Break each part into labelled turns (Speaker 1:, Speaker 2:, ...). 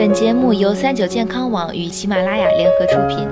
Speaker 1: 本节目由39健康网与喜马拉雅联合出品。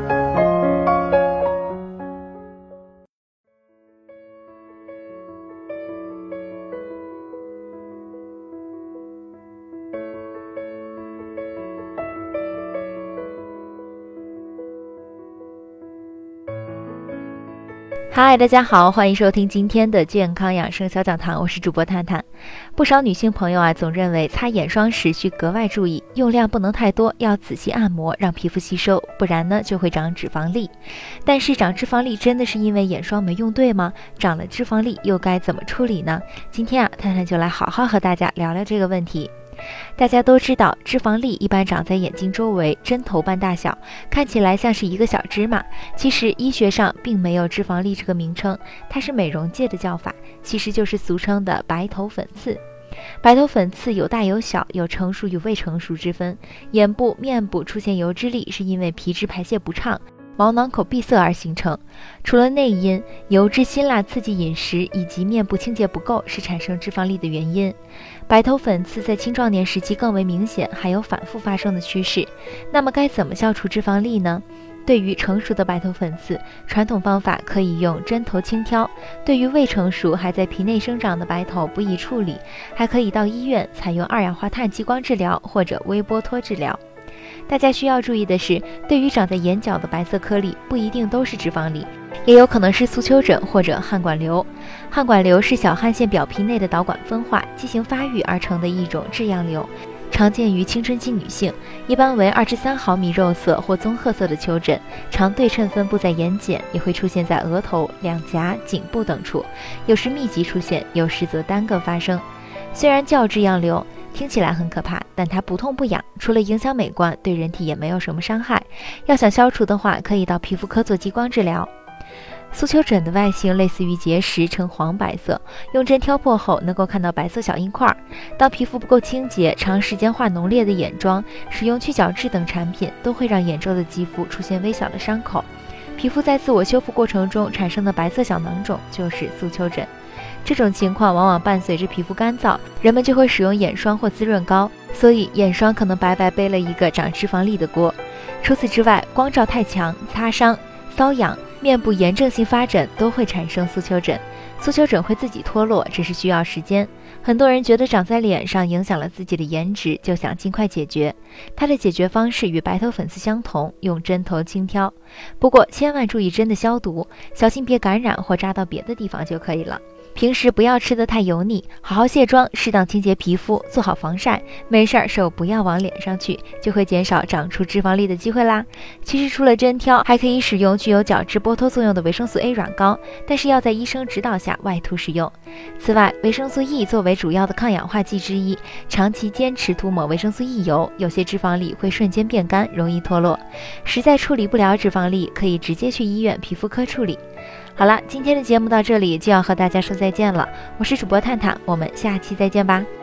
Speaker 1: 嗨，大家好，欢迎收听今天的健康养生小讲堂，我是主播探探。不少女性朋友总认为擦眼霜时需格外注意，用量不能太多，要仔细按摩，让皮肤吸收，不然呢就会长脂肪粒。但是长脂肪粒真的是因为眼霜没用对吗？长了脂肪粒又该怎么处理呢？今天探探就来好好和大家聊聊这个问题。大家都知道，脂肪粒一般长在眼睛周围，针头般大小，看起来像是一个小芝麻。其实医学上并没有脂肪粒这个名称，它是美容界的叫法，其实就是俗称的白头粉刺。白头粉刺有大有小，有成熟与未成熟之分。眼部、面部出现油脂粒，是因为皮脂排泄不畅，毛囊口闭塞而形成。除了内因，油脂辛辣刺激饮食以及面部清洁不够是产生脂肪粒的原因。白头粉刺在青壮年时期更为明显，还有反复发生的趋势。那么该怎么消除脂肪粒呢？对于成熟的白头粉刺，传统方法可以用针头轻挑；对于未成熟还在皮内生长的白头不宜处理，还可以到医院采用二氧化碳激光治疗或者微波脱治疗。大家需要注意的是，对于长在眼角的白色颗粒，不一定都是脂肪粒，也有可能是素丘疹或者汗管瘤。汗管瘤是小汗腺表皮内的导管分化、畸形发育而成的一种质样瘤，常见于青春期女性，一般为2至3毫米肉色或棕褐色的丘疹，常对称分布在眼睑，也会出现在额头、两颊、颈部等处，有时密集出现，有时则单个发生。虽然叫质样瘤，听起来很可怕，但它不痛不痒，除了影响美观，对人体也没有什么伤害。要想消除的话，可以到皮肤科做激光治疗。素丘疹的外形类似于结石，呈黄白色，用针挑破后能够看到白色小硬块。当皮肤不够清洁，长时间化浓烈的眼妆，使用去角质等产品，都会让眼周的肌肤出现微小的伤口。皮肤在自我修复过程中产生的白色小囊肿就是素丘疹。这种情况往往伴随着皮肤干燥，人们就会使用眼霜或滋润膏，所以眼霜可能白白背了一个长脂肪粒的锅。除此之外，光照太强、擦伤、瘙痒、面部炎症性发疹都会产生素丘疹。素丘疹会自己脱落，只是需要时间。很多人觉得长在脸上影响了自己的颜值，就想尽快解决。它的解决方式与白头粉刺相同，用针头轻挑。不过千万注意针的消毒，小心别感染或扎到别的地方就可以了。平时不要吃得太油腻，好好卸妆，适当清洁皮肤，做好防晒，没事手不要往脸上去，就会减少长出脂肪粒的机会啦。其实除了针挑，还可以使用具有角质剥脱作用的维生素 A 软膏，但是要在医生指导下外涂使用。此外，维生素 E 作为主要的抗氧化剂之一，长期坚持涂抹维生素 E 油，有些脂肪粒会瞬间变干，容易脱落。实在处理不了脂肪粒，可以直接去医院皮肤科处理。好了，今天的节目到这里就要和大家说再见了，我是主播探探，我们下期再见吧。